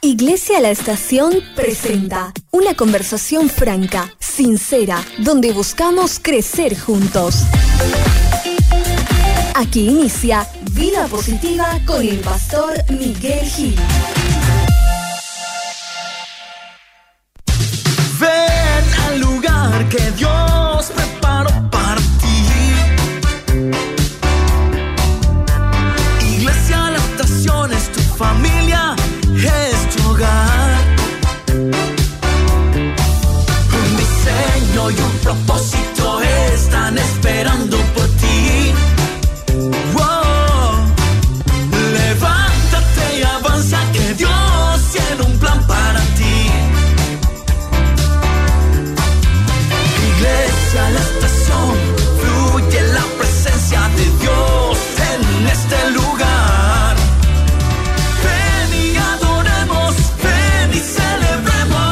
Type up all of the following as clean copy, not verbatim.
Iglesia La Estación presenta una conversación franca, sincera, donde buscamos crecer juntos. Aquí inicia Vida Positiva con el pastor Miguel Gil. Ven al lugar que Dios preparó para ti. Iglesia La Estación es tu familia, es tu hogar. Un diseño y un propósito están esperando por ti. Wow. Levántate y avanza, que Dios tiene un plan para ti. Iglesia La Estación, fluye la presencia de Dios en este lugar. Ven y adoremos, ven y celebremos.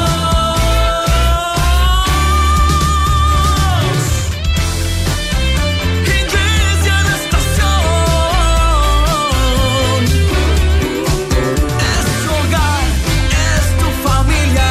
Iglesia La Estación es tu hogar, es tu familia.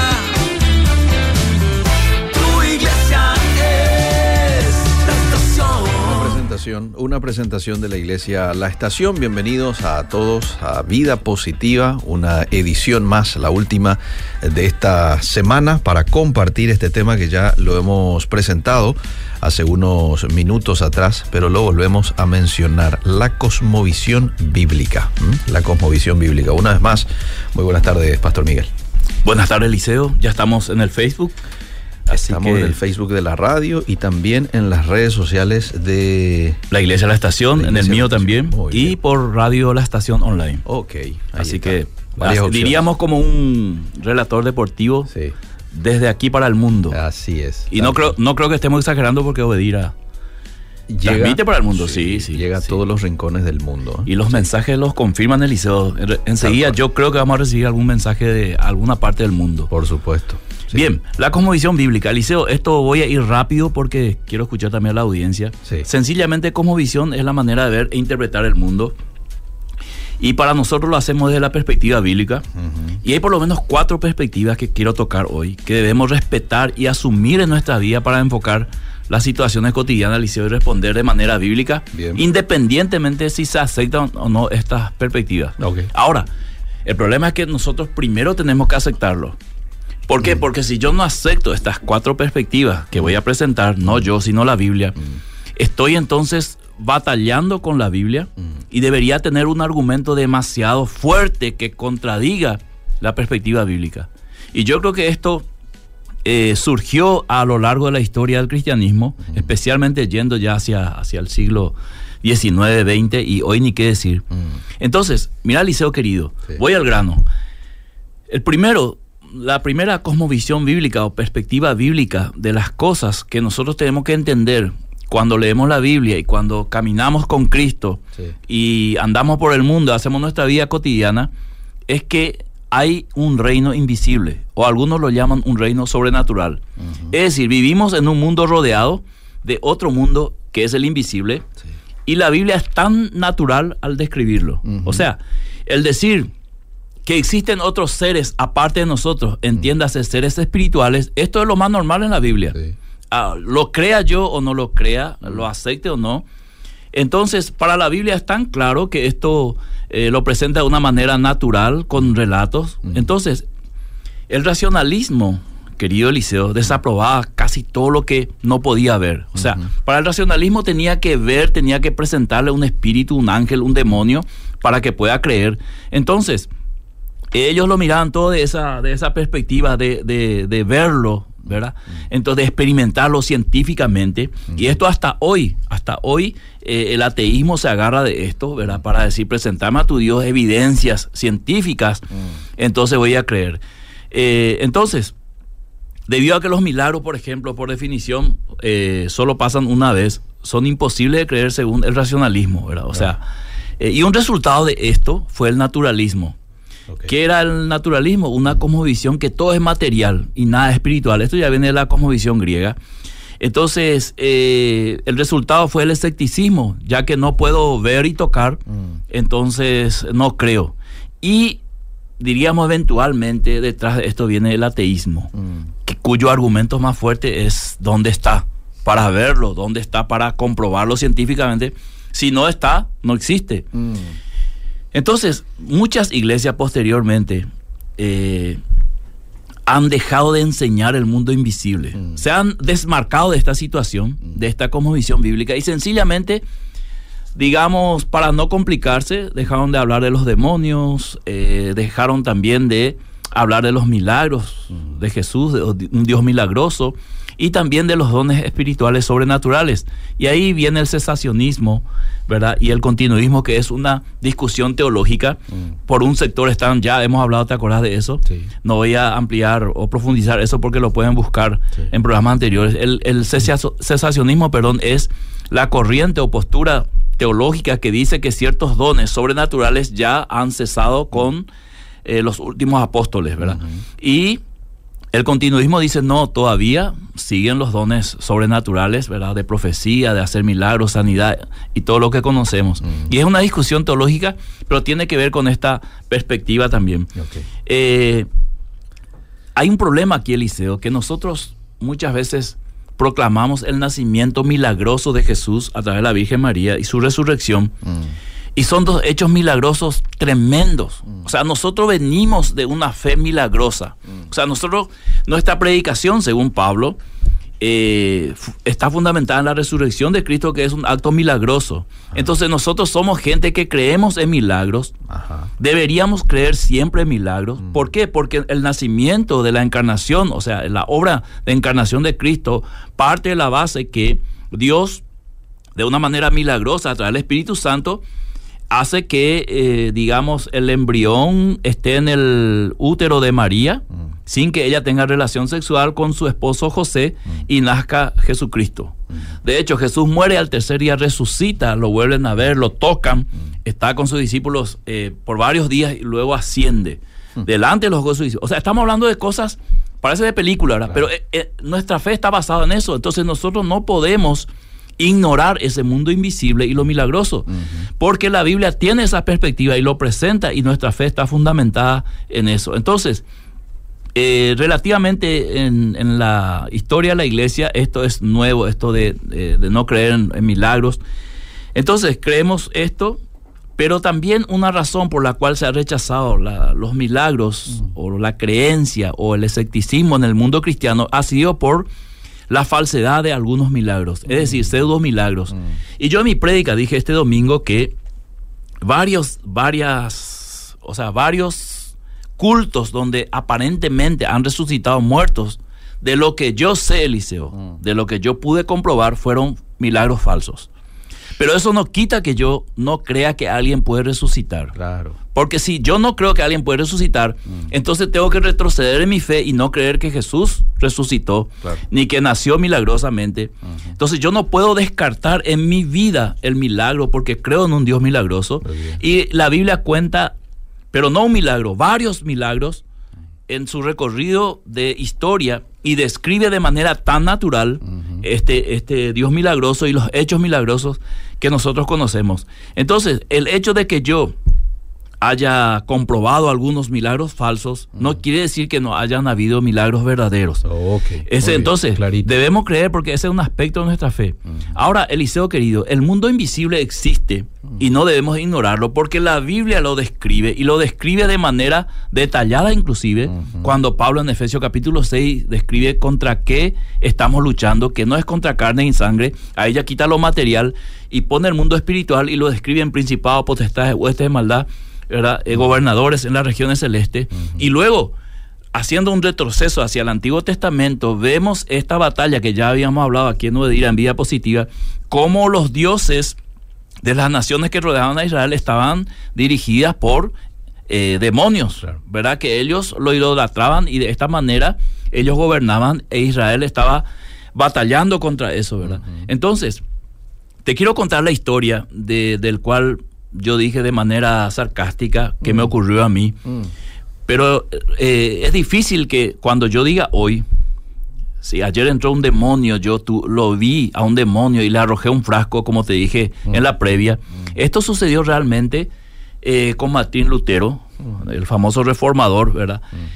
Tu iglesia es La Estación. Una presentación de la Iglesia La Estación. Bienvenidos a todos a Vida Positiva, una edición más, la última de esta semana, para compartir este tema que ya lo hemos presentado hace unos minutos atrás, pero lo volvemos a mencionar: la cosmovisión bíblica. La cosmovisión bíblica. Una vez más, muy buenas tardes, Pastor Miguel. Buenas tardes, Liceo. Ya estamos en el Facebook. Estamos en el Facebook de la radio y también en las redes sociales de la Iglesia La Estación, en el mío también, y bien, por Radio La Estación Online. Ok. Así que diríamos como un relator deportivo, sí, desde aquí para el mundo. Así es. Y no creo que estemos exagerando, porque Obedirá transmite para el mundo, sí. Llega a todos los rincones del mundo. Y los mensajes los confirman, Eliseo. Enseguida yo creo que vamos a recibir algún mensaje de alguna parte del mundo. Por supuesto. Sí. Bien, la cosmovisión bíblica. Eliseo, esto voy a ir rápido porque quiero escuchar también a la audiencia. Sí. Sencillamente, cosmovisión es la manera de ver e interpretar el mundo. Y para nosotros lo hacemos desde la perspectiva bíblica. Uh-huh. Y hay por lo menos 4 perspectivas que quiero tocar hoy, que debemos respetar y asumir en nuestra vida para enfocar las situaciones cotidianas, Eliseo, y responder de manera bíblica. Bien. Independientemente si se aceptan o no estas perspectivas. Okay. Ahora, el problema es que nosotros primero tenemos que aceptarlo. ¿Por qué? Porque si yo no acepto estas 4 perspectivas que voy a presentar, no yo, sino la Biblia, estoy entonces batallando con la Biblia y debería tener un argumento demasiado fuerte que contradiga la perspectiva bíblica. Y yo creo que esto surgió a lo largo de la historia del cristianismo, especialmente yendo ya hacia el siglo XIX, XX, y hoy ni qué decir. Entonces, mira, Liceo querido, sí, voy al grano. La primera cosmovisión bíblica o perspectiva bíblica de las cosas que nosotros tenemos que entender cuando leemos la Biblia y cuando caminamos con Cristo, sí, y andamos por el mundo, hacemos nuestra vida cotidiana, es que hay un reino invisible, o algunos lo llaman un reino sobrenatural. Uh-huh. Es decir, vivimos en un mundo rodeado de otro mundo que es el invisible, sí, y la Biblia es tan natural al describirlo. Uh-huh. O sea, el decir que existen otros seres aparte de nosotros, entiéndase, seres espirituales, esto es lo más normal en la Biblia. Sí. Lo crea yo o no lo crea, lo acepte o no. Entonces, para la Biblia es tan claro que esto lo presenta de una manera natural, con relatos. Entonces, el racionalismo, querido Eliseo, desaprobaba casi todo lo que no podía ver. O sea, para el racionalismo tenía que ver, tenía que presentarle un espíritu, un ángel, un demonio, para que pueda creer. Entonces, ellos lo miraban todo de esa perspectiva de verlo, ¿verdad? Entonces, de experimentarlo científicamente. Y esto hasta hoy, el ateísmo se agarra de esto, ¿verdad? Para decir, presentarme a tu Dios evidencias científicas, entonces voy a creer. Entonces, debido a que los milagros, por ejemplo, por definición, solo pasan una vez, son imposibles de creer según el racionalismo, ¿verdad? O sea, y un resultado de esto fue el naturalismo. Okay. ¿Qué era el naturalismo? Una cosmovisión que todo es material y nada es espiritual. Esto ya viene de la cosmovisión griega. Entonces, el resultado fue el escepticismo, ya que no puedo ver y tocar, entonces no creo. Y diríamos eventualmente detrás de esto viene el ateísmo, cuyo argumento más fuerte es ¿dónde está? Para verlo, ¿dónde está? Para comprobarlo científicamente. Si no está, no existe. Entonces, muchas iglesias posteriormente han dejado de enseñar el mundo invisible. Se han desmarcado de esta situación, de esta cosmovisión bíblica, y sencillamente, digamos, para no complicarse, dejaron de hablar de los demonios, dejaron también de hablar de los milagros de Jesús, de un Dios milagroso, y también de los dones espirituales sobrenaturales. Y ahí viene el cesacionismo, ¿verdad? Y el continuismo, que es una discusión teológica. Por un sector están, ya hemos hablado, ¿te acordás de eso? Sí. No voy a ampliar o profundizar eso porque lo pueden buscar en programas anteriores. El cesacionismo, es la corriente o postura teológica que dice que ciertos dones sobrenaturales ya han cesado con los últimos apóstoles, ¿verdad? Y el continuismo dice, no, todavía siguen los dones sobrenaturales, ¿verdad? De profecía, de hacer milagros, sanidad y todo lo que conocemos. Y es una discusión teológica, pero tiene que ver con esta perspectiva también. Hay un problema aquí, Eliseo, que nosotros muchas veces proclamamos el nacimiento milagroso de Jesús a través de la Virgen María y su resurrección. Y son dos hechos milagrosos tremendos. O sea, nosotros venimos de una fe milagrosa. O sea, nuestra predicación, según Pablo, está fundamentada en la resurrección de Cristo, que es un acto milagroso. Entonces nosotros somos gente que creemos en milagros. Deberíamos creer siempre en milagros. ¿Por qué? Porque el nacimiento de la encarnación, o sea, la obra de encarnación de Cristo, parte de la base que Dios, de una manera milagrosa, a través del Espíritu Santo, hace que, digamos, el embrión esté en el útero de María, sin que ella tenga relación sexual con su esposo José, y nazca Jesucristo. De hecho, Jesús muere, al tercer día resucita, lo vuelven a ver, lo tocan, está con sus discípulos por varios días y luego asciende delante de los ojos de sus discípulos. O sea, estamos hablando de cosas, parece de película, ¿verdad? Claro. Pero nuestra fe está basada en eso. Entonces nosotros no podemos ignorar ese mundo invisible y lo milagroso, porque la Biblia tiene esa perspectiva y lo presenta, y nuestra fe está fundamentada en eso. Entonces, relativamente en la historia de la iglesia, esto es nuevo, esto de no creer en milagros. Entonces creemos esto, pero también una razón por la cual se ha rechazado los milagros o la creencia o el escepticismo en el mundo cristiano ha sido por la falsedad de algunos milagros, es decir, pseudo milagros. Y yo en mi prédica dije este domingo que varios cultos donde aparentemente han resucitado muertos, de lo que yo sé, Eliseo, de lo que yo pude comprobar, fueron milagros falsos. Pero eso no quita que yo no crea que alguien puede resucitar. Claro. Porque si yo no creo que alguien puede resucitar, entonces tengo que retroceder en mi fe y no creer que Jesús resucitó, ni que nació milagrosamente. Entonces yo no puedo descartar en mi vida el milagro, porque creo en un Dios milagroso. Y la Biblia cuenta, pero no un milagro, varios milagros en su recorrido de historia, y describe de manera tan natural este Dios milagroso y los hechos milagrosos que nosotros conocemos. Entonces, el hecho de que yo haya comprobado algunos milagros falsos no quiere decir que no hayan habido milagros verdaderos. Entonces, debemos creer, porque ese es un aspecto de nuestra fe. Ahora, Eliseo querido, el mundo invisible existe y no debemos ignorarlo, porque la Biblia lo describe, y lo describe de manera detallada, inclusive cuando Pablo en Efesios capítulo 6 describe contra qué estamos luchando, que no es contra carne y sangre. A ella quita lo material y pone el mundo espiritual y lo describe en principados, potestades, huestes de maldad, ¿verdad? Gobernadores en las regiones celestes. Y luego, haciendo un retroceso hacia el Antiguo Testamento, vemos esta batalla que ya habíamos hablado aquí en Nueva en Vida Positiva, cómo los dioses de las naciones que rodeaban a Israel estaban dirigidas por demonios, ¿verdad? Que ellos lo idolatraban, y de esta manera ellos gobernaban, e Israel estaba batallando contra eso, ¿verdad? Entonces, te quiero contar la historia del cual yo dije de manera sarcástica que me ocurrió a mí. Pero es difícil que cuando yo diga hoy, si ayer entró un demonio, lo vi a un demonio y le arrojé un frasco, como te dije en la previa. Esto sucedió realmente con Martín Lutero, el famoso reformador, ¿verdad?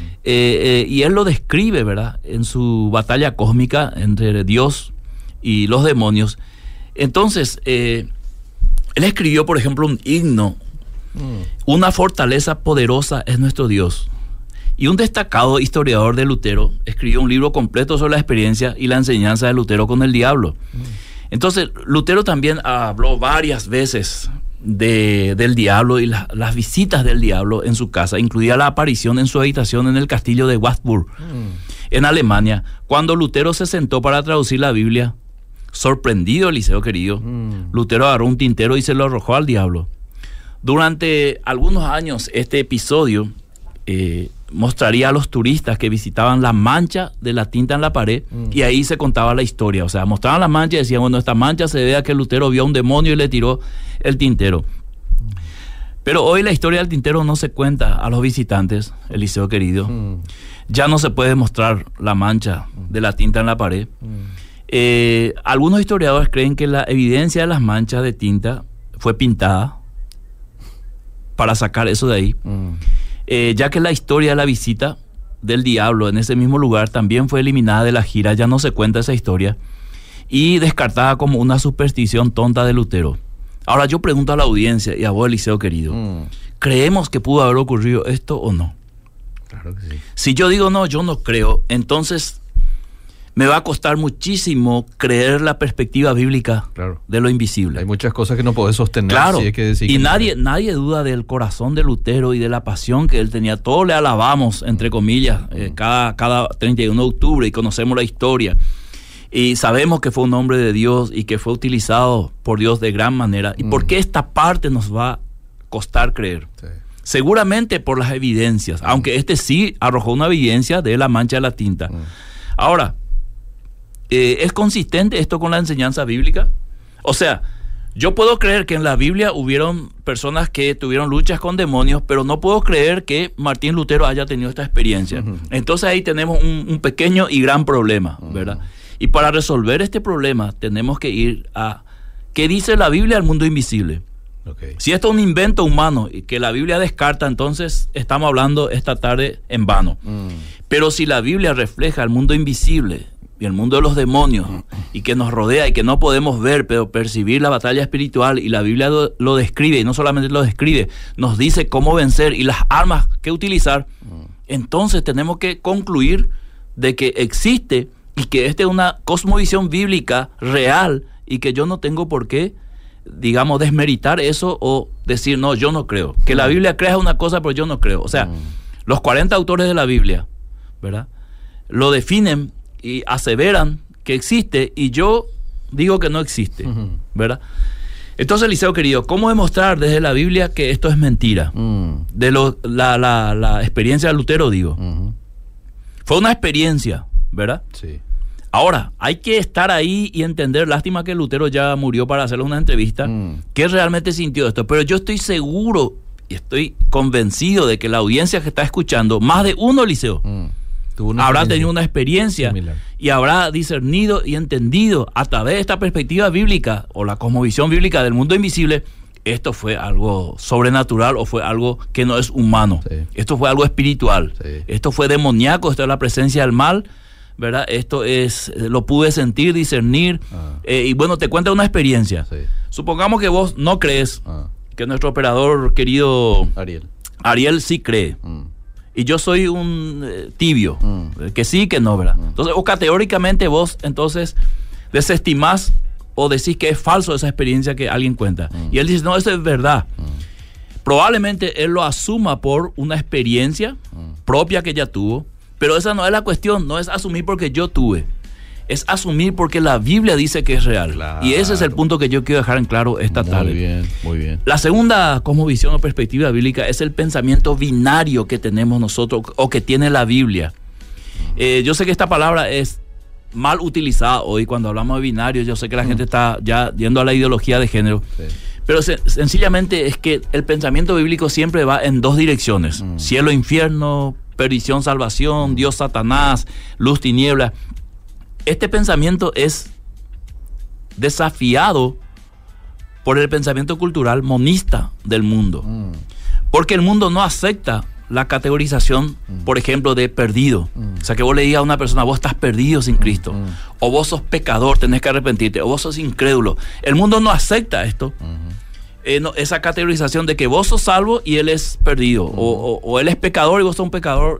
Y él lo describe, ¿verdad? En su batalla cósmica entre Dios y los demonios. Entonces, él escribió, por ejemplo, un himno. Una fortaleza poderosa es nuestro Dios. Y un destacado historiador de Lutero escribió un libro completo sobre la experiencia y la enseñanza de Lutero con el diablo. Entonces, Lutero también habló varias veces del diablo y las visitas del diablo en su casa, incluida la aparición en su habitación en el castillo de Wartburg, en Alemania, cuando Lutero se sentó para traducir la Biblia. Sorprendido, Eliseo querido, Lutero agarró un tintero y se lo arrojó al diablo. Durante algunos años este episodio mostraría a los turistas que visitaban la mancha de la tinta en la pared, y ahí se contaba la historia. O sea, mostraban la mancha y decían, bueno, esta mancha se debe a que Lutero vio a un demonio y le tiró el tintero. Pero hoy la historia del tintero no se cuenta a los visitantes, Eliseo querido. Ya no se puede mostrar la mancha de la tinta en la pared. Algunos historiadores creen que la evidencia de las manchas de tinta fue pintada para sacar eso de ahí. Ya que la historia de la visita del diablo en ese mismo lugar también fue eliminada de la gira, ya no se cuenta esa historia y descartada como una superstición tonta de Lutero. Ahora yo pregunto a la audiencia y a vos, Eliseo querido, ¿creemos que pudo haber ocurrido esto o no? Claro que sí. Si yo digo no, yo no creo, entonces me va a costar muchísimo creer la perspectiva bíblica de lo invisible. Hay muchas cosas que no podés sostener. Claro, si es que decir y que nadie duda del corazón de Lutero y de la pasión que él tenía. Todos le alabamos, entre comillas, cada 31 de octubre, y conocemos la historia. Y sabemos que fue un hombre de Dios y que fue utilizado por Dios de gran manera. ¿Y por qué esta parte nos va a costar creer? Sí. Seguramente por las evidencias, aunque este sí arrojó una evidencia de la mancha de la tinta. Ahora, ¿es consistente esto con la enseñanza bíblica? O sea, yo puedo creer que en la Biblia hubieron personas que tuvieron luchas con demonios, pero no puedo creer que Martín Lutero haya tenido esta experiencia. Entonces ahí tenemos un pequeño y gran problema, ¿verdad? Y para resolver este problema tenemos que ir a ¿qué dice la Biblia al mundo invisible? Si esto es un invento humano y que la Biblia descarta, entonces estamos hablando esta tarde en vano. Pero si la Biblia refleja el mundo invisible y el mundo de los demonios y que nos rodea y que no podemos ver, pero percibir la batalla espiritual, y la Biblia lo describe, y no solamente lo describe, nos dice cómo vencer y las armas que utilizar, entonces tenemos que concluir de que existe y que esta es una cosmovisión bíblica real y que yo no tengo por qué, digamos, desmeritar eso o decir, no, yo no creo. Que la Biblia crea una cosa, pero yo no creo. O sea, los 40 autores de la Biblia, ¿verdad?, lo definen y aseveran que existe, y yo digo que no existe, ¿verdad? Entonces, Eliseo querido, ¿cómo demostrar desde la Biblia que esto es mentira? De la experiencia de Lutero, digo. Fue una experiencia, ¿verdad? Sí. Ahora, hay que estar ahí y entender, lástima que Lutero ya murió para hacerle una entrevista, ¿qué realmente sintió esto? Pero yo estoy seguro y estoy convencido de que la audiencia que está escuchando, más de uno, Eliseo, habrá tenido una experiencia similar y habrá discernido y entendido a través de esta perspectiva bíblica o la cosmovisión bíblica del mundo invisible, esto fue algo sobrenatural o fue algo que no es humano. Sí. Esto fue algo espiritual. Sí. Esto fue demoníaco, esto es la presencia del mal, ¿verdad? Esto es, lo pude sentir, discernir. Y bueno, te cuento una experiencia. Sí. Supongamos que vos no crees, que nuestro operador querido Ariel sí cree. Y yo soy un tibio, que sí, que no, ¿verdad? Entonces, o categóricamente vos, entonces, desestimás o decís que es falso esa experiencia que alguien cuenta. Y él dice, no, eso es verdad. Probablemente él lo asuma por una experiencia propia que ya tuvo, pero esa no es la cuestión, no es asumir porque yo tuve. Es asumir porque la Biblia dice que es real. Claro. Y ese es el punto que yo quiero dejar en claro esta tarde. Muy bien, muy bien. La segunda cosmovisión o perspectiva bíblica es el pensamiento binario que tenemos nosotros o que tiene la Biblia. Yo sé que esta palabra es mal utilizada hoy cuando hablamos de binario. Yo sé que la gente está ya yendo a la ideología de género. Sí. Pero sencillamente es que el pensamiento bíblico siempre va en dos direcciones. Cielo, infierno, perdición, salvación, Dios, Satanás, luz, tiniebla. Este pensamiento es desafiado por el pensamiento cultural monista del mundo. Porque el mundo no acepta la categorización, por ejemplo, de perdido. O sea, que vos le digas a una persona, vos estás perdido sin Cristo. O vos sos pecador, tenés que arrepentirte. O vos sos incrédulo. El mundo no acepta esto. Esa categorización de que vos sos salvo y él es perdido. O él es pecador y vos sos un pecador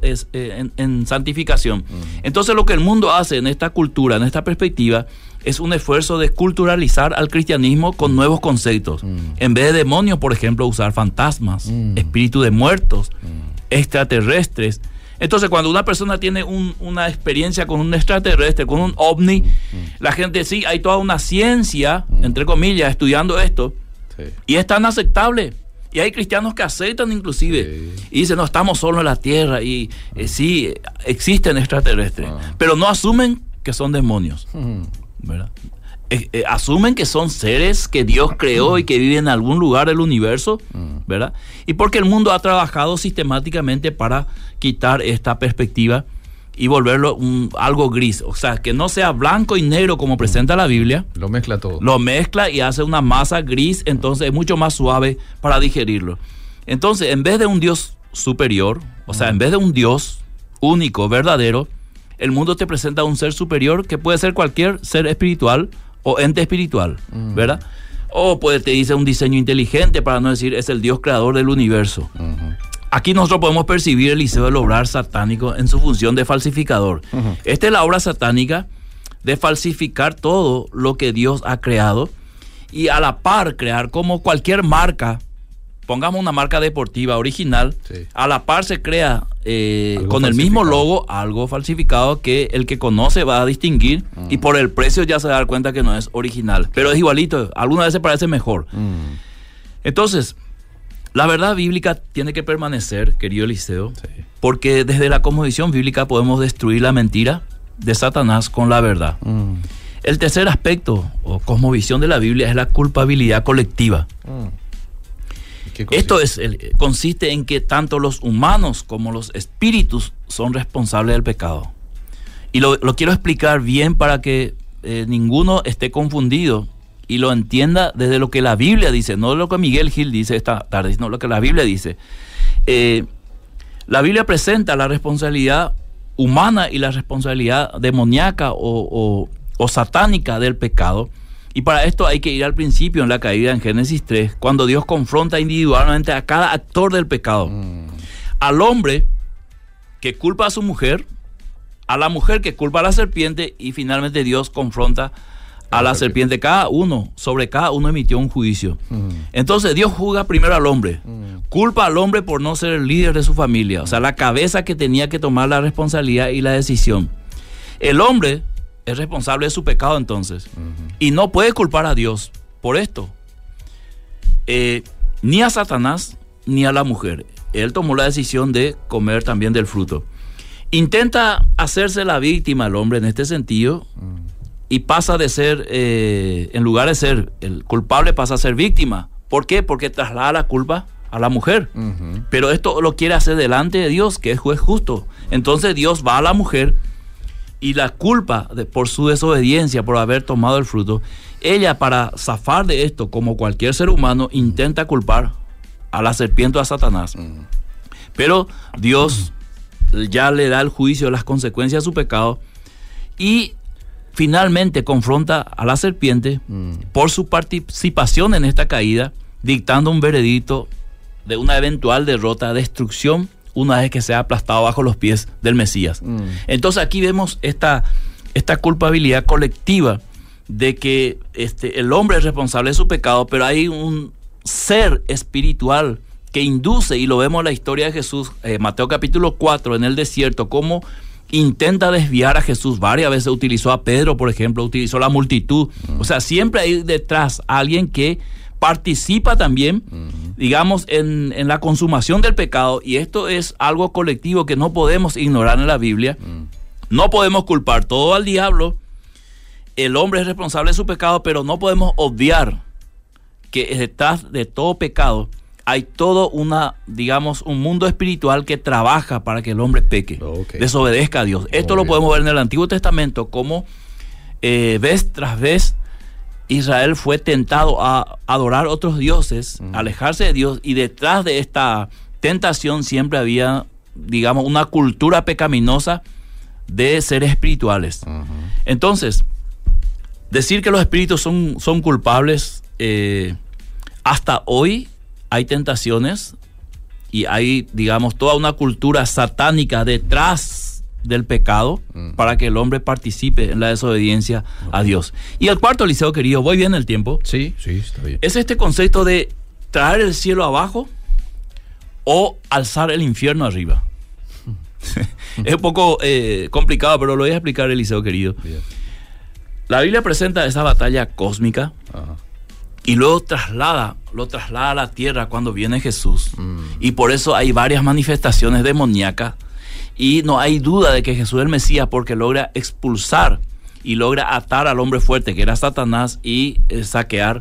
en santificación. Entonces lo que el mundo hace en esta cultura, en esta perspectiva, es un esfuerzo de culturalizar al cristianismo con nuevos conceptos. En vez de demonios, por ejemplo, usar fantasmas, espíritus de muertos, extraterrestres. Entonces, cuando una persona tiene una experiencia con un extraterrestre, con un ovni, la gente, sí, hay toda una ciencia, entre comillas, estudiando esto, y es tan aceptable. Y hay cristianos que aceptan inclusive, y dicen, no, estamos solos en la tierra, y sí, existen extraterrestres, pero no asumen que son demonios, ¿verdad? Asumen que son seres que Dios creó y que viven en algún lugar del universo, ¿verdad? Y porque el mundo ha trabajado sistemáticamente para quitar esta perspectiva y volverlo algo gris, o sea, que no sea blanco y negro como presenta la Biblia. Lo mezcla todo. Lo mezcla y hace una masa gris, entonces es mucho más suave para digerirlo. Entonces, en vez de un Dios superior, o sea, en vez de un Dios único, verdadero, el mundo te presenta un ser superior que puede ser cualquier ser espiritual o ente espiritual, ¿verdad? O te dice un diseño inteligente, para no decir es el Dios creador del universo. Aquí nosotros podemos percibir el liceo del obrar satánico en su función de falsificador. Esta es la obra satánica de falsificar todo lo que Dios ha creado y a la par crear como cualquier marca. Pongamos una marca deportiva original, a la par se crea con el mismo logo algo falsificado que el que conoce va a distinguir y por el precio ya se va a dar cuenta que no es original, pero es igualito, algunas veces parece mejor. Entonces, la verdad bíblica tiene que permanecer, querido Eliseo, porque desde la cosmovisión bíblica podemos destruir la mentira de Satanás con la verdad. El tercer aspecto o cosmovisión de la Biblia es la culpabilidad colectiva. Esto consiste en que tanto los humanos como los espíritus son responsables del pecado. Y lo quiero explicar bien para que ninguno esté confundido y lo entienda desde lo que la Biblia dice, no lo que Miguel Gil dice esta tarde, sino lo que la Biblia dice. La Biblia presenta la responsabilidad humana y la responsabilidad demoníaca o satánica del pecado. Y para esto hay que ir al principio en la caída en Génesis 3, cuando Dios confronta individualmente a cada actor del pecado. Al hombre que culpa a su mujer, a la mujer que culpa a la serpiente y finalmente Dios confronta a la serpiente. Sobre cada uno emitió un juicio. Entonces Dios juzga primero al hombre, culpa al hombre por no ser el líder de su familia, o sea, la cabeza que tenía que tomar la responsabilidad y la decisión. El hombre es responsable de su pecado entonces, y no puede culpar a Dios por esto, ni a Satanás ni a la mujer. Él tomó la decisión de comer también del fruto. Intenta hacerse la víctima el hombre en este sentido, y pasa de ser, en lugar de ser el culpable, pasa a ser víctima. ¿Por qué? Porque traslada la culpa a la mujer. Pero esto lo quiere hacer delante de Dios, que es juez justo. Entonces Dios va a la mujer y la culpa por su desobediencia, por haber tomado el fruto. Ella, para zafar de esto, como cualquier ser humano, intenta culpar a la serpiente o a Satanás. Pero Dios ya le da el juicio de las consecuencias de su pecado y finalmente confronta a la serpiente por su participación en esta caída, dictando un veredicto de una eventual derrota, destrucción, una vez que sea aplastado bajo los pies del Mesías. Entonces aquí vemos esta culpabilidad colectiva de que el hombre es responsable de su pecado, pero hay un ser espiritual que induce, y lo vemos en la historia de Jesús, Mateo capítulo 4, en el desierto, cómo intenta desviar a Jesús. Varias veces utilizó a Pedro, por ejemplo, utilizó la multitud. O sea, siempre hay detrás alguien que participa también, digamos, en la consumación del pecado, y esto es algo colectivo que no podemos ignorar en la Biblia. No podemos culpar todo al diablo. El hombre es responsable de su pecado, pero no podemos obviar que detrás de todo pecado hay todo un mundo espiritual que trabaja para que el hombre peque, desobedezca a Dios. Esto lo podemos ver en el Antiguo Testamento, como vez tras vez Israel fue tentado a adorar otros dioses, alejarse de Dios, y detrás de esta tentación siempre había, digamos, una cultura pecaminosa de seres espirituales. Entonces, decir que los espíritus son culpables, hasta hoy hay tentaciones y hay, digamos, toda una cultura satánica detrás del pecado para que el hombre participe en la desobediencia a Dios. Y el cuarto, Eliseo querido, ¿voy bien el tiempo? Sí, está bien. Es este concepto de traer el cielo abajo o alzar el infierno arriba. Es un poco complicado, pero lo voy a explicar, Eliseo querido. Bien. La Biblia presenta esa batalla cósmica. Ajá. Y luego lo traslada a la tierra cuando viene Jesús. Y por eso hay varias manifestaciones demoníacas. Y no hay duda de que Jesús es el Mesías, porque logra expulsar y logra atar al hombre fuerte, que era Satanás, y saquear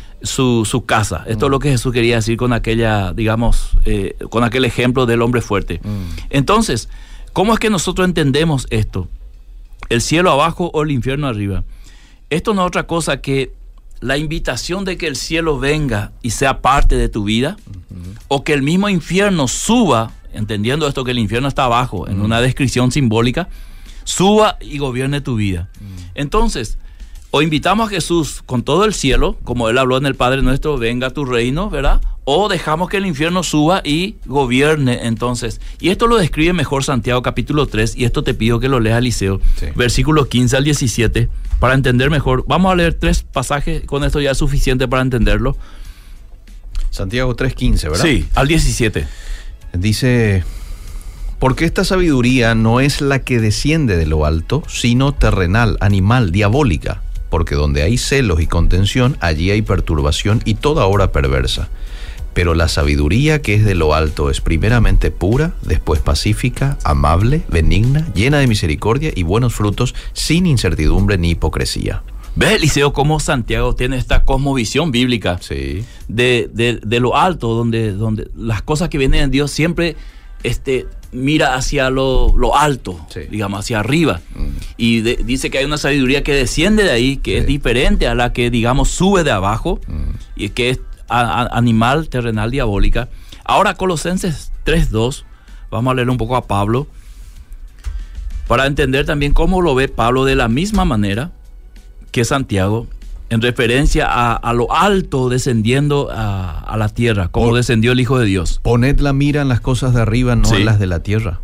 su casa. Esto es lo que Jesús quería decir con aquella, digamos, con aquel ejemplo del hombre fuerte. Entonces, ¿cómo es que nosotros entendemos esto? ¿El cielo abajo o el infierno arriba? Esto no es otra cosa que la invitación de que el cielo venga y sea parte de tu vida, o que el mismo infierno suba, entendiendo esto que el infierno está abajo, en una descripción simbólica, suba y gobierne tu vida. Entonces, o invitamos a Jesús con todo el cielo, como Él habló en el Padre Nuestro, venga tu reino, ¿verdad? O dejamos que el infierno suba y gobierne entonces. Y esto lo describe mejor Santiago capítulo 3, y esto te pido que lo leas, Eliseo, versículos 15 al 17, para entender mejor. Vamos a leer 3 pasajes, con esto ya es suficiente para entenderlo. Santiago 3:15, ¿verdad? Sí, al 17. Dice: porque esta sabiduría no es la que desciende de lo alto, sino terrenal, animal, diabólica. Porque donde hay celos y contención, allí hay perturbación y toda obra perversa. Pero la sabiduría que es de lo alto es primeramente pura, después pacífica, amable, benigna, llena de misericordia y buenos frutos, sin incertidumbre ni hipocresía. ¿Ves, Eliseo, cómo Santiago tiene esta cosmovisión bíblica? Sí. De lo alto, donde las cosas que vienen de Dios siempre mira hacia lo alto, digamos, hacia arriba. Y dice que hay una sabiduría que desciende de ahí, que es diferente a la que, digamos, sube de abajo, y que es animal, terrenal, diabólica. Ahora, Colosenses 3:2, vamos a leer un poco a Pablo, para entender también cómo lo ve Pablo de la misma manera que Santiago, en referencia a lo alto descendiendo a la tierra, como descendió el Hijo de Dios. Poned la mira en las cosas de arriba, no en las de la tierra.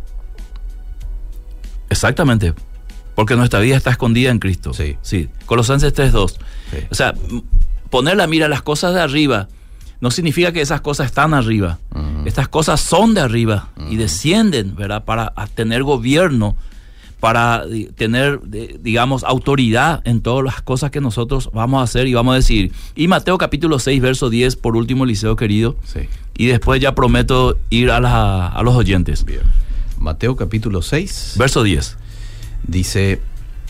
Exactamente, porque nuestra vida está escondida en Cristo. Sí. Colosenses 3:2. O sea, poner la mira en las cosas de arriba no significa que esas cosas están arriba. Estas cosas son de arriba y descienden, ¿verdad? Para tener gobierno, para tener, digamos, autoridad en todas las cosas que nosotros vamos a hacer y vamos a decir. Y Mateo capítulo 6, verso 10, por último, Eliseo querido. Y después ya prometo ir a los oyentes. Bien. Mateo capítulo 6. Verso 10. Dice: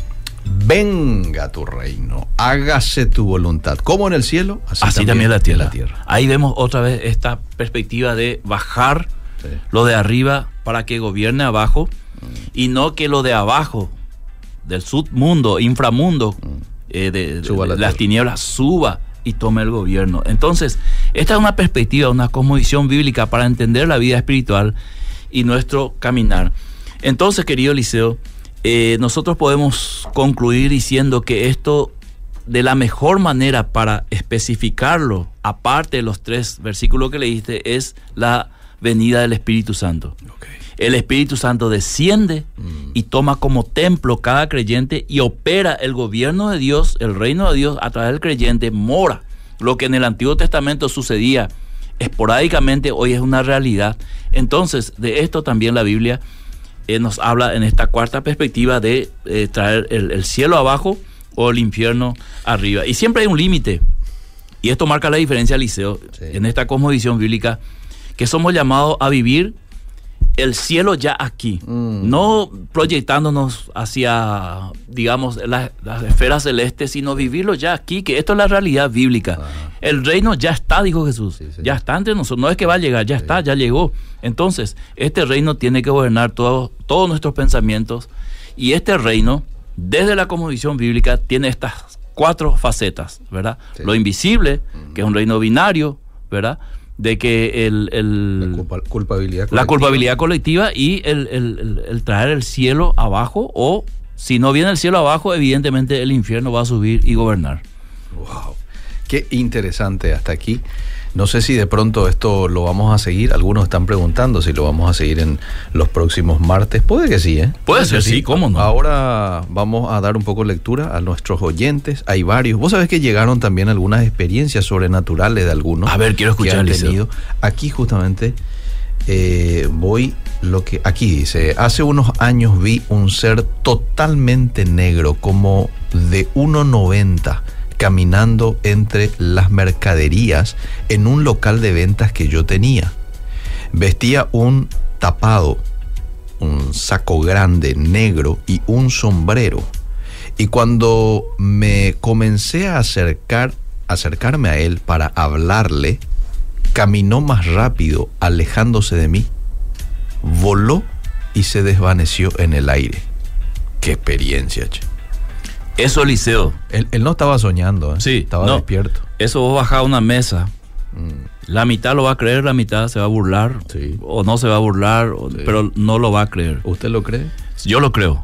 venga tu reino, hágase tu voluntad, como en el cielo, así también en la tierra. Ahí vemos otra vez esta perspectiva de bajar lo de arriba para que gobierne abajo, y no que lo de abajo, del submundo, inframundo, de las tinieblas, suba y tome el gobierno. Entonces, esta es una perspectiva, una cosmovisión bíblica para entender la vida espiritual y nuestro caminar. Entonces, querido Eliseo, nosotros podemos concluir diciendo que esto, de la mejor manera para especificarlo, aparte de los 3 versículos que leíste, es la venida del Espíritu Santo. El Espíritu Santo desciende y toma como templo cada creyente y opera el gobierno de Dios, el reino de Dios a través del creyente, mora. Lo que en el Antiguo Testamento sucedía esporádicamente, hoy es una realidad. Entonces, de esto también la Biblia nos habla en esta cuarta perspectiva de traer el cielo abajo o el infierno arriba. Y siempre hay un límite. Y esto marca la diferencia, Eliseo, en esta cosmovisión bíblica, que somos llamados a vivir el cielo ya aquí, no proyectándonos hacia, digamos, las esferas celestes, sino vivirlo ya aquí, que esto es la realidad bíblica. El reino ya está, dijo Jesús, ya está entre nosotros, no es que va a llegar, ya está, ya llegó. Entonces, este reino tiene que gobernar todos nuestros pensamientos, y este reino, desde la cosmovisión bíblica, tiene estas 4 facetas, ¿verdad? Lo invisible, que es un reino binario, ¿verdad? de que la culpabilidad colectiva y el traer el cielo abajo, o si no viene el cielo abajo, evidentemente el infierno va a subir y gobernar. Wow, qué interesante hasta aquí. No sé si de pronto esto lo vamos a seguir. Algunos están preguntando si lo vamos a seguir en los próximos martes. Puede que sí, ¿eh? Puede ser, sí, ¿cómo no? Ahora vamos a dar un poco de lectura a nuestros oyentes. Hay varios. Vos sabés que llegaron también algunas experiencias sobrenaturales de algunos. A ver, quiero escuchar, que han tenido. Aquí justamente aquí dice: hace unos años vi un ser totalmente negro, como de 1,90, caminando entre las mercaderías en un local de ventas que yo tenía. Vestía un tapado, un saco grande negro y un sombrero. Y cuando me comencé a acercarme a él para hablarle, caminó más rápido, alejándose de mí. Voló y se desvaneció en el aire. ¡Qué experiencia, che! Eso, Eliseo. Él no estaba soñando, ¿eh? Sí, estaba despierto. Eso vos bajás a una mesa. La mitad lo va a creer, la mitad se va a burlar. Sí. O no se va a burlar, pero no lo va a creer. ¿Usted lo cree? Yo lo creo.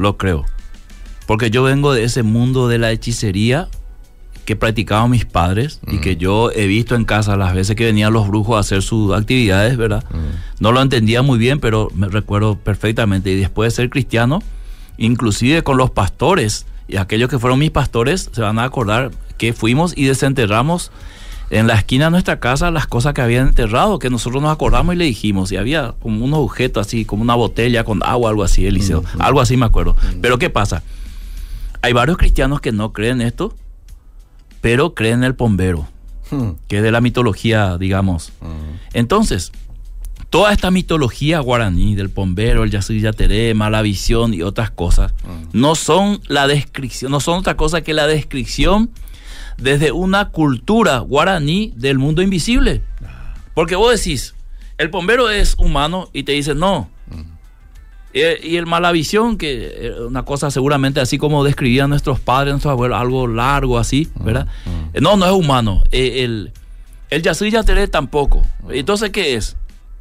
Porque yo vengo de ese mundo de la hechicería que practicaban mis padres y que yo he visto en casa las veces que venían los brujos a hacer sus actividades, ¿verdad? No lo entendía muy bien, pero me recuerdo perfectamente. Y después de ser cristiano, inclusive con los pastores, y aquellos que fueron mis pastores se van a acordar que fuimos y desenterramos en la esquina de nuestra casa las cosas que habían enterrado, que nosotros nos acordamos y le dijimos, y había como unos objetos así, como una botella con agua, algo así, Eliseo, algo así me acuerdo. Pero ¿qué pasa? Hay varios cristianos que no creen esto, pero creen en el pombero, que es de la mitología, digamos. Entonces, toda esta mitología guaraní del pombero, el Yací Yateré, mala visión y otras cosas, no son la descripción, no son otra cosa que la descripción desde una cultura guaraní del mundo invisible. Porque vos decís, el pombero es humano y te dicen no. Y el mala visión, que es una cosa seguramente así como describían nuestros padres, nuestros abuelos, algo largo así, ¿verdad? No es humano. El Yací Yateré tampoco. Entonces, ¿qué es?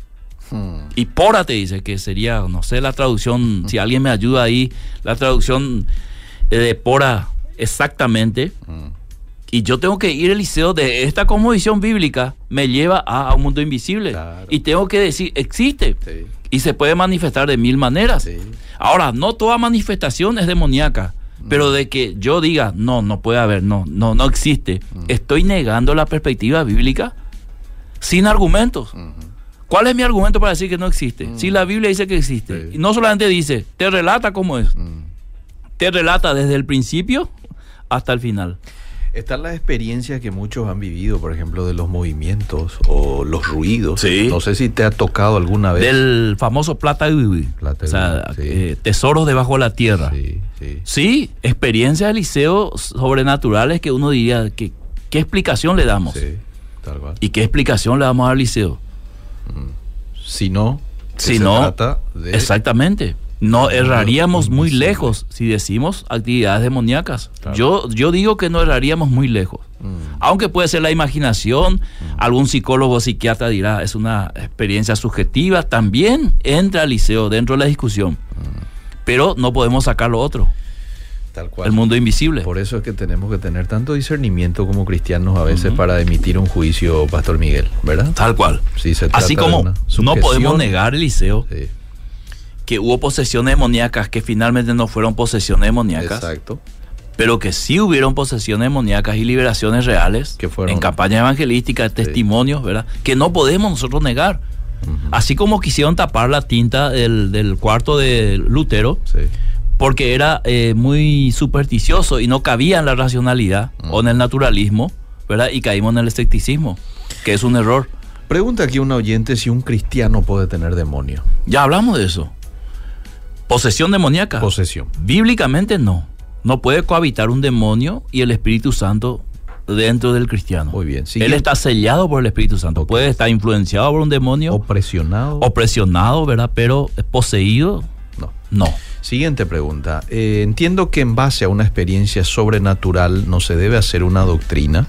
Y Pora te dice que sería, no sé la traducción, si alguien me ayuda ahí, la traducción de Pora exactamente. Y yo tengo que ir, Eliseo, de esta cosmovisión bíblica me lleva a un mundo invisible. Claro. Y tengo que decir, existe. Sí. Y se puede manifestar de 1000 maneras. Sí. Ahora, no toda manifestación es demoníaca, pero de que yo diga, no puede haber, no existe. Estoy negando la perspectiva bíblica sin argumentos. ¿Cuál es mi argumento para decir que no existe? Si la Biblia dice que existe. Sí. Y no solamente dice, te relata cómo es. Te relata desde el principio hasta el final. Están las experiencias que muchos han vivido, por ejemplo, de los movimientos o los ruidos. Sí. No sé si te ha tocado alguna vez. Del famoso plata y tesoros debajo de la tierra. Sí, experiencias, Eliseo, sobrenaturales que uno diría, ¿qué explicación le damos? Sí, tal cual. ¿Y qué explicación le damos a Eliseo? Si no, trata de... Exactamente. No erraríamos muy lejos si decimos actividades demoníacas. Claro. Yo digo que no erraríamos muy lejos. Aunque puede ser la imaginación, algún psicólogo o psiquiatra dirá, es una experiencia subjetiva, también entra, Eliseo, dentro de la discusión. Pero no podemos sacar lo otro. Tal cual. El mundo invisible. Por eso es que tenemos que tener tanto discernimiento como cristianos a veces para emitir un juicio, Pastor Miguel, ¿verdad? Tal cual. Sí, se así como no podemos negar, Eliseo, que hubo posesiones demoníacas que finalmente no fueron posesiones demoníacas. Exacto. Pero que sí hubieron posesiones demoníacas y liberaciones reales que fueron en campañas evangelísticas, testimonios, ¿verdad? Que no podemos nosotros negar. Así como quisieron tapar la tinta del cuarto de Lutero, porque era muy supersticioso y no cabía en la racionalidad o en el naturalismo, ¿verdad? Y caímos en el escepticismo, que es un error. Pregunta aquí un oyente si un cristiano puede tener demonio. Ya hablamos de eso. ¿Posesión demoníaca? Posesión. Bíblicamente no. No puede cohabitar un demonio y el Espíritu Santo dentro del cristiano. Muy bien. Él está sellado por el Espíritu Santo. Okay. Puede estar influenciado por un demonio. Opresionado, ¿verdad? Pero poseído, no. Siguiente pregunta. Entiendo que en base a una experiencia sobrenatural no se debe hacer una doctrina.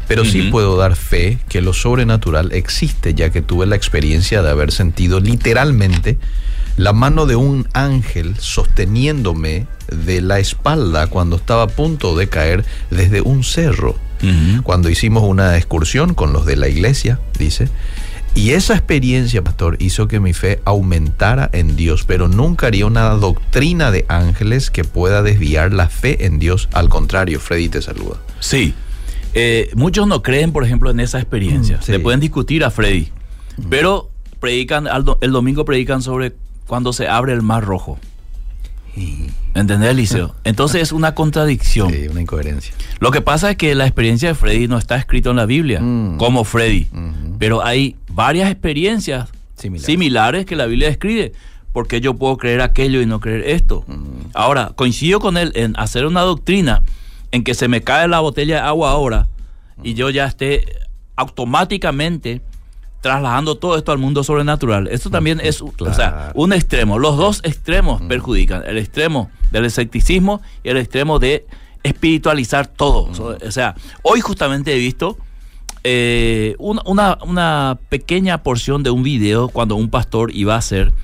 Pero sí puedo dar fe que lo sobrenatural existe, ya que tuve la experiencia de haber sentido literalmente la mano de un ángel sosteniéndome de la espalda cuando estaba a punto de caer desde un cerro. Cuando hicimos una excursión con los de la iglesia, dice, y esa experiencia, pastor, hizo que mi fe aumentara en Dios, pero nunca haría una doctrina de ángeles que pueda desviar la fe en Dios. Al contrario, Freddy te saluda. Sí, muchos no creen, por ejemplo, en esa experiencia. Sí. Le pueden discutir a Freddy, pero predican el domingo predican sobre cuando se abre el mar rojo. ¿Entendés, Eliseo? Entonces es una contradicción. Sí, una incoherencia. Lo que pasa es que la experiencia de Freddy no está escrito en la Biblia como Freddy, pero hay varias experiencias similares que la Biblia describe. ¿Por qué yo puedo creer aquello y no creer esto? Ahora, coincido con él en hacer una doctrina en que se me cae la botella de agua ahora y yo ya esté automáticamente trasladando todo esto al mundo sobrenatural. Esto también es o sea, un extremo. Los dos extremos perjudican. El extremo del escepticismo y el extremo de espiritualizar todo. O sea, hoy justamente he visto una pequeña porción de un video cuando un pastor iba a hacer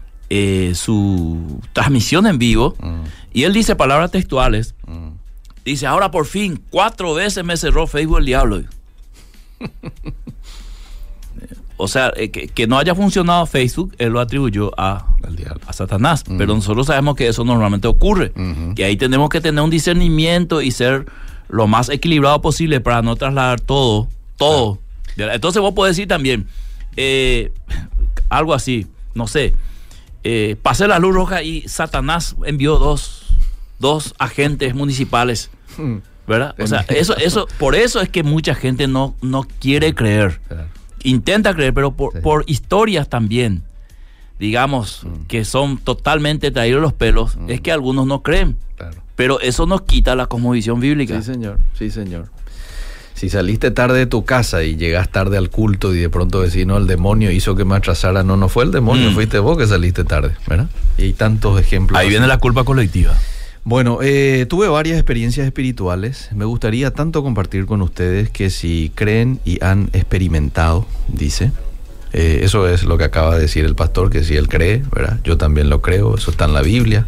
su transmisión en vivo y él dice palabras textuales. Dice, ahora por fin 4 veces me cerró Facebook el diablo. O sea, que no haya funcionado Facebook, él lo atribuyó a Satanás. Pero nosotros sabemos que eso normalmente ocurre. Que ahí tenemos que tener un discernimiento y ser lo más equilibrado posible para no trasladar todo. Entonces vos podés decir también algo así, no sé, pasé la luz roja y Satanás envió dos agentes municipales, ¿verdad? O sea, eso, por eso es que mucha gente no quiere creer. Intenta creer, pero por historias también, digamos, que son totalmente traídos los pelos, es que algunos no creen. Pero eso nos quita la cosmovisión bíblica. Sí, señor. Si saliste tarde de tu casa y llegas tarde al culto y de pronto decís, no, el demonio hizo que me atrasara, no fue el demonio, fuiste vos que saliste tarde, ¿verdad? Y hay tantos ejemplos. Ahí viene la culpa colectiva. Bueno, tuve varias experiencias espirituales. Me gustaría tanto compartir con ustedes que si creen y han experimentado, dice, eso es lo que acaba de decir el pastor, que si él cree, ¿verdad? Yo también lo creo, eso está en la Biblia.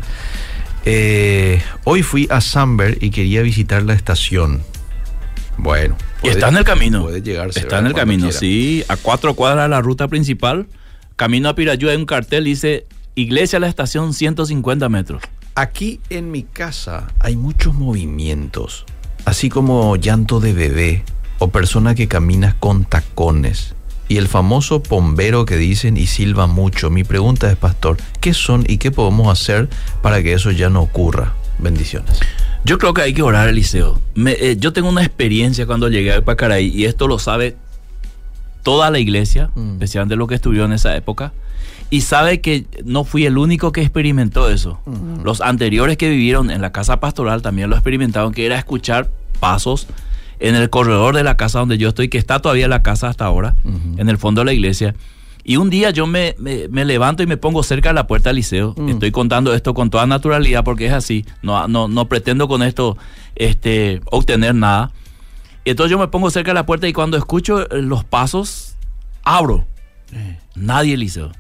Hoy fui a Samberg y quería visitar la estación. Bueno. Está en el camino. Puede llegarse. Está en el camino, sí. A 4 cuadras de la ruta principal, camino a Pirayú, hay un cartel, dice, Iglesia a la estación 150 metros. Aquí en mi casa hay muchos movimientos, así como llanto de bebé o persona que camina con tacones y el famoso pombero que dicen y silba mucho. Mi pregunta es, pastor, ¿qué son y qué podemos hacer para que eso ya no ocurra? Bendiciones. Yo creo que hay que orar, Eliseo. Yo tengo una experiencia cuando llegué a Pacaraí y esto lo sabe toda la iglesia, especialmente los que estuvieron en esa época. Y sabe que no fui el único que experimentó eso. Los anteriores que vivieron en la casa pastoral también lo experimentaron, que era escuchar pasos en el corredor de la casa donde yo estoy, que está todavía la casa hasta ahora, en el fondo de la iglesia. Y un día yo me levanto y me pongo cerca de la puerta del liceo. Estoy contando esto con toda naturalidad porque es así. No pretendo con esto obtener nada. Entonces yo me pongo cerca de la puerta y cuando escucho los pasos, abro. Nadie, Eliseo.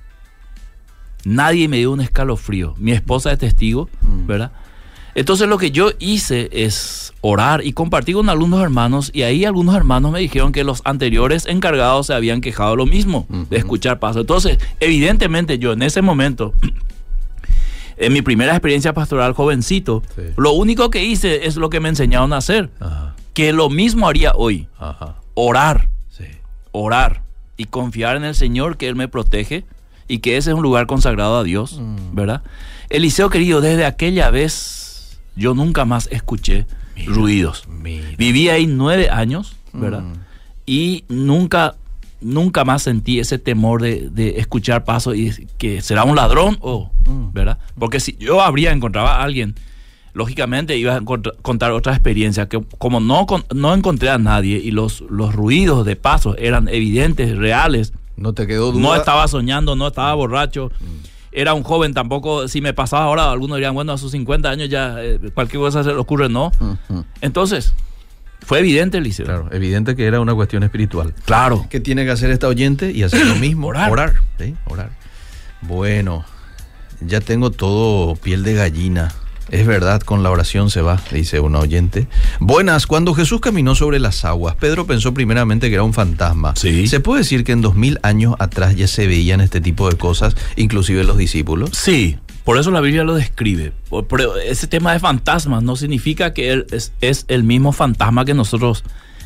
Nadie me dio un escalofrío. Mi esposa es testigo, ¿verdad? Entonces lo que yo hice es orar y compartir con algunos hermanos, y ahí algunos hermanos me dijeron que los anteriores encargados se habían quejado de lo mismo, de escuchar pasos. Entonces, evidentemente yo en ese momento, en mi primera experiencia pastoral jovencito, lo único que hice es lo que me enseñaron a hacer, que lo mismo haría hoy. Orar, orar y confiar en el Señor, que Él me protege y que ese es un lugar consagrado a Dios, ¿verdad? Eliseo querido, desde aquella vez yo nunca más escuché ruidos. Viví ahí 9 años, ¿verdad? Y nunca más sentí ese temor de escuchar pasos y que será un ladrón o, ¿verdad? Porque si yo encontraba a alguien, lógicamente iba a contar otra experiencia, que como no encontré a nadie y los ruidos de pasos eran evidentes, reales. No te quedó duda. No estaba soñando, no estaba borracho. Era un joven, tampoco, si me pasaba ahora, algunos dirían, bueno, a sus 50 años ya cualquier cosa se le ocurre, no. Entonces, Fue evidente, Eliseo. Claro, evidente que era una cuestión espiritual. Claro. ¿Qué tiene que hacer esta oyente? Y hacer lo mismo. Orar. ¿Sí? Orar. Bueno, ya tengo todo piel de gallina. Es verdad, con la oración se va, dice una oyente. Buenas, cuando Jesús caminó sobre las aguas, Pedro pensó primeramente que era un fantasma. Sí. ¿Se puede decir que en 2000 años atrás ya se veían este tipo de cosas, inclusive los discípulos? Sí, por eso la Biblia lo describe. Pero ese tema de fantasmas no significa que él es el mismo fantasma que nosotros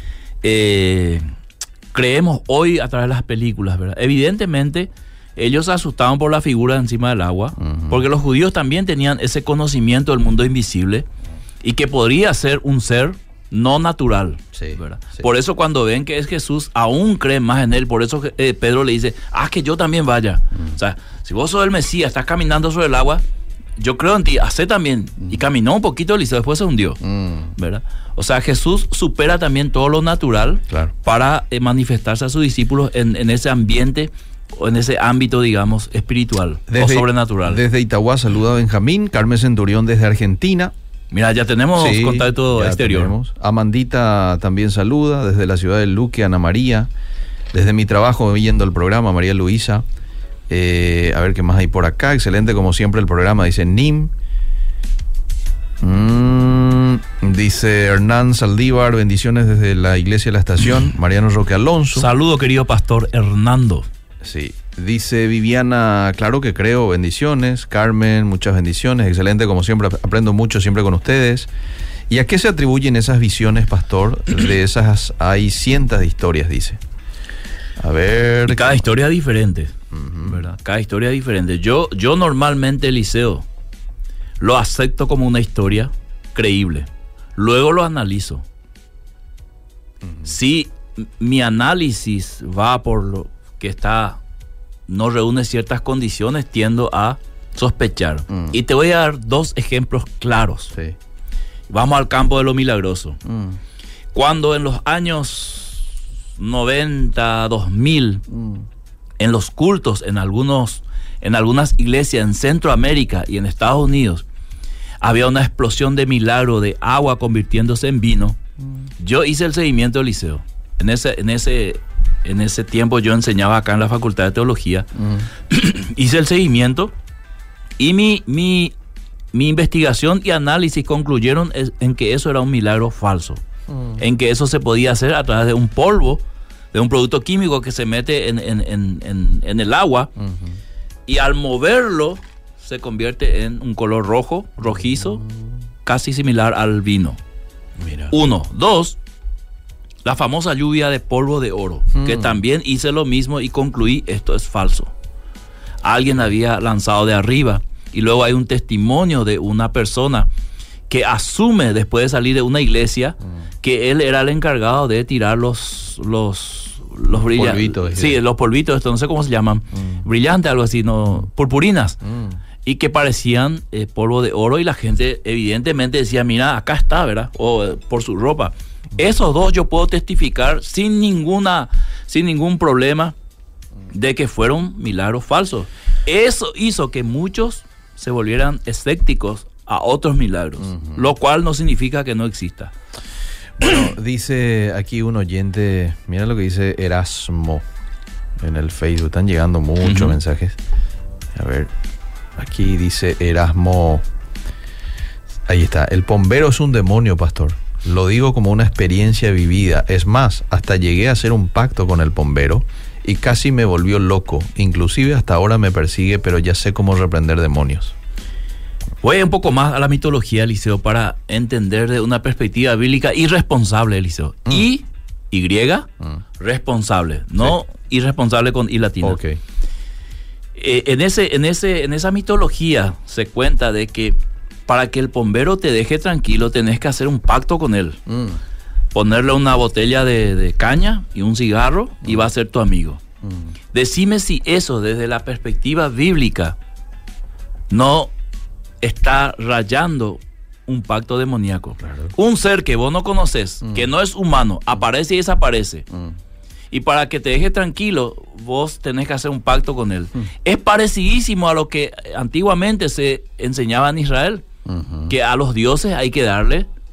creemos hoy a través de las películas, ¿verdad? Evidentemente, ellos se asustaban por la figura encima del agua, porque los judíos también tenían ese conocimiento del mundo invisible y que podría ser un ser no natural, Sí, ¿verdad? sí. Por eso cuando ven que es Jesús, aún creen más en él. Por eso Pedro le dice, que yo también vaya. O sea, si vos sos el Mesías, estás caminando sobre el agua, yo creo en ti, hacé también. Y caminó un poquito, Eliseo, después se hundió, ¿verdad? O sea, Jesús supera también todo lo natural, Claro. para manifestarse a sus discípulos en ese ambiente o en ese ámbito, digamos, espiritual o sobrenatural. Desde Itagua saluda a Benjamín, Carmen Centurión desde Argentina. Mira, ya tenemos Sí, contacto ya exterior. tenemos. Amandita también saluda desde la ciudad de Luque, Ana María. Desde mi trabajo viendo el programa, María Luisa. A ver qué más hay por acá. Excelente como siempre el programa, dice Nim. Dice Hernán Saldívar, bendiciones desde la iglesia de la estación. Mariano Roque Alonso. Saludo, querido pastor Hernando. Sí, dice Viviana, claro que creo, bendiciones. Carmen, muchas bendiciones, excelente como siempre, aprendo mucho siempre con ustedes. ¿Y a qué se atribuyen esas visiones, pastor? De esas hay cientos de historias, dice. A ver... Y cada historia es diferente, ¿verdad? Cada historia es diferente. Yo normalmente, Eliseo, lo acepto como una historia creíble. Luego lo analizo. Si mi análisis va por lo que no reúne ciertas condiciones, tiendo a sospechar. Y te voy a dar dos ejemplos claros. Sí. Vamos al campo de lo milagroso. Cuando en los años 90, 2000, en los cultos, en algunas iglesias en Centroamérica y en Estados Unidos, había una explosión de milagro de agua convirtiéndose en vino. Yo hice el seguimiento del liceo. En ese tiempo yo enseñaba acá en la Facultad de Teología. Hice el seguimiento y mi investigación y análisis concluyeron en que eso era un milagro falso. En que eso se podía hacer a través de un polvo, de un producto químico que se mete en el agua, y al moverlo se convierte en un color rojizo, casi similar al vino. Mira. 1, 2, la famosa lluvia de polvo de oro, que también hice lo mismo y concluí, esto es falso. Alguien había lanzado de arriba, y luego hay un testimonio de una persona que asume después de salir de una iglesia que él era el encargado de tirar los brillantes. Polvitos. Sí, los polvitos, esto no sé cómo se llaman. Brillantes, algo así, no, purpurinas. Y que parecían polvo de oro, y la gente evidentemente decía, mira, acá está, ¿verdad? O por su ropa. Esos dos yo puedo testificar sin ningún problema de que fueron milagros falsos. Eso hizo que muchos se volvieran escépticos a otros milagros, lo cual no significa que no exista. Bueno, dice aquí un oyente, mira lo que dice Erasmo en el Facebook, están llegando muchos mensajes. A ver, aquí dice Erasmo, ahí está, el bombero es un demonio, pastor. Lo digo como una experiencia vivida. Es más, hasta llegué a hacer un pacto con el bombero y casi me volvió loco. Inclusive hasta ahora me persigue, pero ya sé cómo reprender demonios. Voy un poco más a la mitología, Eliseo, para entender de una perspectiva bíblica irresponsable, Eliseo. Responsable, no irresponsable con I latina. Ok. En esa mitología se cuenta de que para que el bombero te deje tranquilo tenés que hacer un pacto con él. Ponerle una botella de caña y un cigarro y va a ser tu amigo. Decime si eso desde la perspectiva bíblica no está rayando un pacto demoníaco. Claro. Un ser que vos no conoces, que no es humano, aparece y desaparece. Y para que te deje tranquilo, vos tenés que hacer un pacto con él. Es parecidísimo a lo que antiguamente se enseñaba en Israel, que a los dioses hay que darle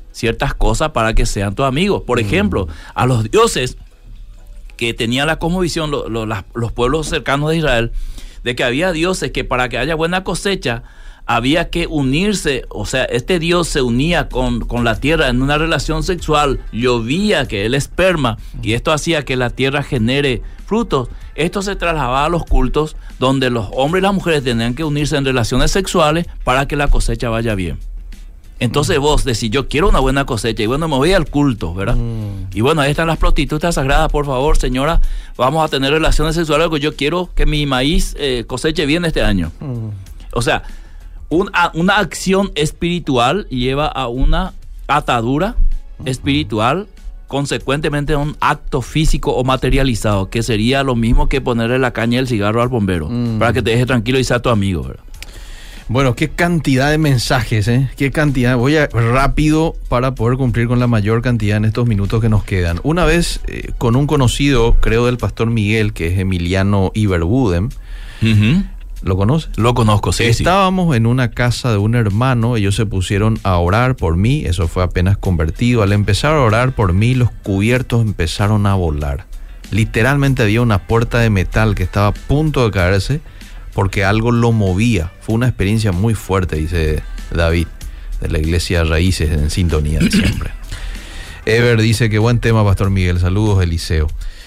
ciertas cosas para que sean tus amigos. Por ejemplo, a los dioses que tenían la cosmovisión, los pueblos cercanos de Israel, de que había dioses que para que haya buena cosecha había que unirse, o sea, este dios se unía con la tierra en una relación sexual, llovía que el esperma, y esto hacía que la tierra genere frutos. Esto se trasladaba a los cultos donde los hombres y las mujeres tenían que unirse en relaciones sexuales para que la cosecha vaya bien. Entonces vos decís, yo quiero una buena cosecha, y bueno, me voy al culto, ¿verdad? Y bueno, ahí están las prostitutas sagradas, por favor, señora, vamos a tener relaciones sexuales porque yo quiero que mi maíz coseche bien este año. O sea, una acción espiritual lleva a una atadura espiritual, consecuentemente a un acto físico o materializado, que sería lo mismo que ponerle la caña y el cigarro al bombero, para que te deje tranquilo y sea tu amigo, ¿verdad? Bueno, qué cantidad de mensajes, qué cantidad. Voy a rápido para poder cumplir con la mayor cantidad en estos minutos que nos quedan. Una vez con un conocido, creo, del pastor Miguel, que es Emiliano Iberbuden. ¿Lo conoces? Lo conozco, sí. Estábamos en una casa de un hermano, ellos se pusieron a orar por mí, eso fue apenas convertido. Al empezar a orar por mí, los cubiertos empezaron a volar. Literalmente había una puerta de metal que estaba a punto de caerse, porque algo lo movía. Fue una experiencia muy fuerte, dice David, de la iglesia Raíces, en sintonía de siempre. Ever dice que buen tema, Pastor Miguel. Saludos, Eliseo.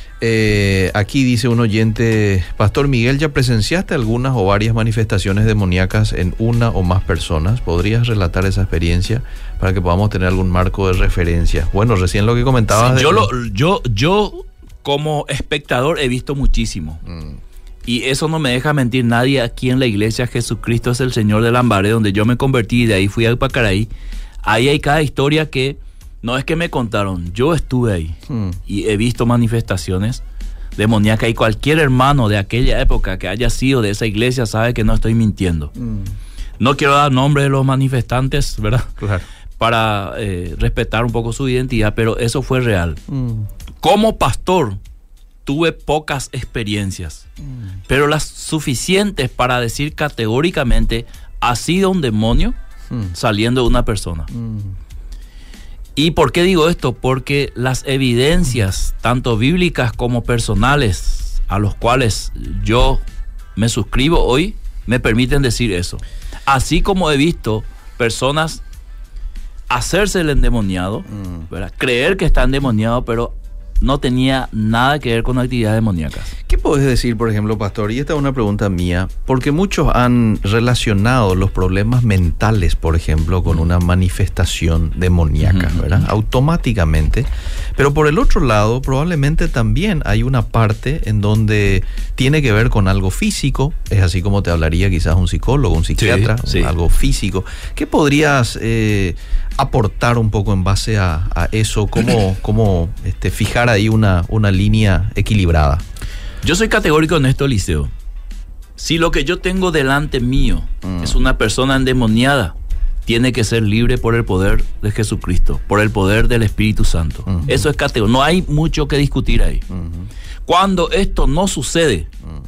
Aquí dice un oyente, Pastor Miguel, ¿ya presenciaste algunas o varias manifestaciones demoníacas en una o más personas? ¿Podrías relatar esa experiencia para que podamos tener algún marco de referencia? Bueno, recién lo que comentabas... Sí, yo como espectador he visto muchísimo. Y eso no me deja mentir nadie aquí en la iglesia. Jesucristo es el Señor de Lambaré, donde yo me convertí y de ahí fui a Pacaraí. Ahí hay cada historia que no es que me contaron, yo estuve ahí y he visto manifestaciones demoníacas, y cualquier hermano de aquella época que haya sido de esa iglesia sabe que no estoy mintiendo. No quiero dar nombre de los manifestantes, ¿verdad? Claro. Para respetar un poco su identidad, pero eso fue real. Como pastor tuve pocas experiencias, pero las suficientes para decir categóricamente, ha sido un demonio saliendo de una persona. ¿Y por qué digo esto? Porque las evidencias, tanto bíblicas como personales, a los cuales yo me suscribo hoy, me permiten decir eso. Así como he visto personas hacerse el endemoniado, ¿verdad? Creer que está endemoniado, pero no tenía nada que ver con actividades demoníacas. ¿Qué podés decir, por ejemplo, pastor? Y esta es una pregunta mía, porque muchos han relacionado los problemas mentales, por ejemplo, con una manifestación demoníaca, ¿verdad? Automáticamente. Pero por el otro lado, probablemente también hay una parte en donde tiene que ver con algo físico, es así como te hablaría quizás un psicólogo, un psiquiatra, algo físico. ¿Qué podrías aportar un poco en base a eso? ¿Cómo fijar ahí una línea equilibrada? Yo soy categórico en esto, Eliseo. Si lo que yo tengo delante mío es una persona endemoniada, tiene que ser libre por el poder de Jesucristo, por el poder del Espíritu Santo. Eso es categórico, no hay mucho que discutir ahí. Cuando esto no sucede,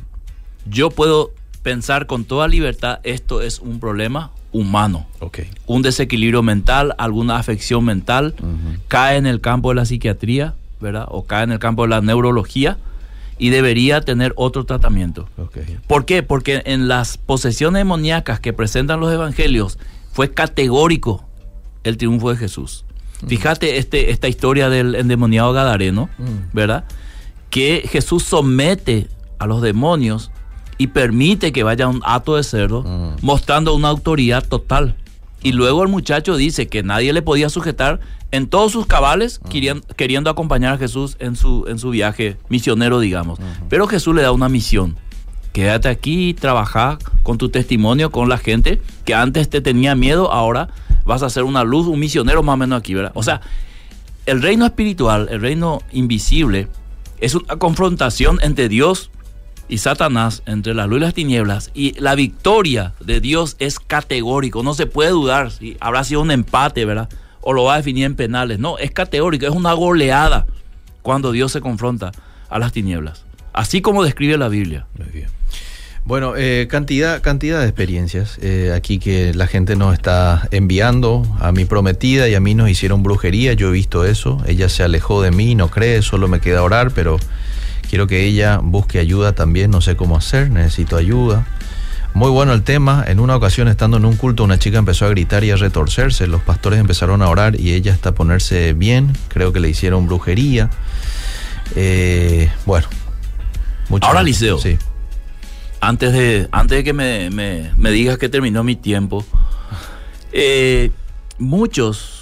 yo puedo pensar con toda libertad, esto es un problema humano, un desequilibrio mental, alguna afección mental, cae en el campo de la psiquiatría, ¿verdad? O cae en el campo de la neurología y debería tener otro tratamiento. ¿Por qué? Porque en las posesiones demoníacas que presentan los evangelios fue categórico el triunfo de Jesús. Fíjate esta historia del endemoniado gadareno, ¿verdad? Que Jesús somete a los demonios y permite que vaya un hato de cerdo, mostrando una autoridad total. Y luego el muchacho dice que nadie le podía sujetar en todos sus cabales, queriendo acompañar a Jesús en su viaje misionero, digamos. Pero Jesús le da una misión. Quédate aquí, trabaja con tu testimonio, con la gente que antes te tenía miedo, ahora vas a ser una luz, un misionero más o menos aquí, ¿verdad? O sea, el reino espiritual, el reino invisible, es una confrontación entre Dios y Satanás, entre la luz y las tinieblas, y la victoria de Dios es categórico, no se puede dudar si habrá sido un empate, ¿verdad? O lo va a definir en penales. No, es categórico, es una goleada cuando Dios se confronta a las tinieblas, así como describe la Biblia. Muy bien. Bueno, cantidad de experiencias aquí que la gente nos está enviando. A mi prometida y a mí nos hicieron brujería, yo he visto eso. Ella se alejó de mí, no cree, solo me queda orar, pero quiero que ella busque ayuda también, no sé cómo hacer, necesito ayuda. Muy bueno el tema. En una ocasión, estando en un culto, una chica empezó a gritar y a retorcerse. Los pastores empezaron a orar y ella hasta ponerse bien. Creo que le hicieron brujería. Bueno. Ahora, Liceo. Sí. Antes de que me digas que terminó mi tiempo, muchos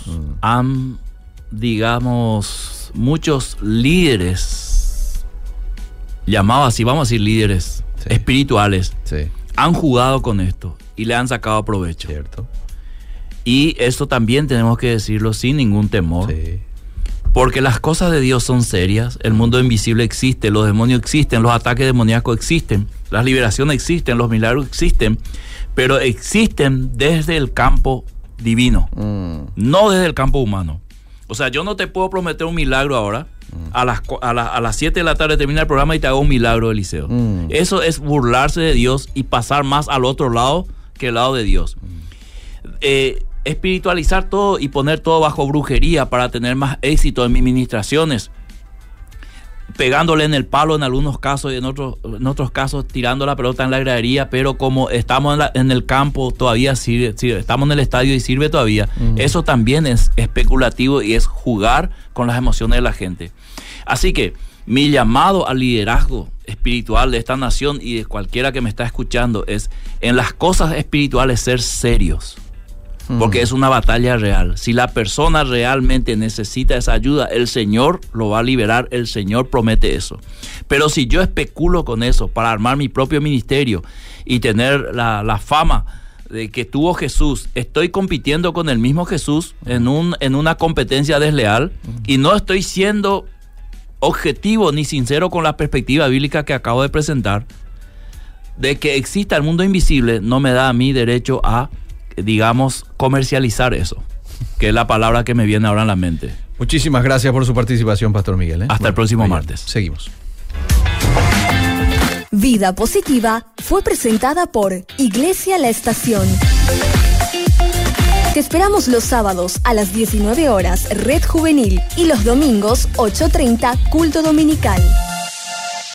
muchos líderes, llamados así, vamos a decir líderes espirituales, han jugado con esto y le han sacado provecho. Cierto. Y esto también tenemos que decirlo sin ningún temor. Sí. Porque las cosas de Dios son serias, el mundo invisible existe, los demonios existen, los ataques demoníacos existen, las liberaciones existen, los milagros existen, pero existen desde el campo divino, no desde el campo humano. O sea, yo no te puedo prometer un milagro ahora, a las 7 de la tarde termina el programa y te hago un milagro, Eliseo. Eso es burlarse de Dios y pasar más al otro lado que el lado de Dios. Espiritualizar todo y poner todo bajo brujería para tener más éxito en mis ministraciones, pegándole en el palo en algunos casos y en otros casos tirando la pelota en la gradería, pero como estamos en el campo todavía sirve, estamos en el estadio y sirve todavía. Eso también es especulativo y es jugar con las emociones de la gente. Así que mi llamado al liderazgo espiritual de esta nación y de cualquiera que me está escuchando es en las cosas espirituales ser serios. Porque es una batalla real. Si la persona realmente necesita esa ayuda, el Señor lo va a liberar, el Señor promete eso. Pero si yo especulo con eso para armar mi propio ministerio y tener la fama de que tuvo Jesús, estoy compitiendo con el mismo Jesús en una competencia desleal y no estoy siendo objetivo ni sincero con la perspectiva bíblica que acabo de presentar, de que exista el mundo invisible, no me da a mí derecho a, digamos, comercializar eso, que es la palabra que me viene ahora en la mente. Muchísimas gracias por su participación, Pastor Miguel. Hasta el próximo martes. Seguimos. Vida Positiva fue presentada por Iglesia La Estación. Te esperamos los sábados a las 19 horas, Red Juvenil, y los domingos 8:30, Culto Dominical.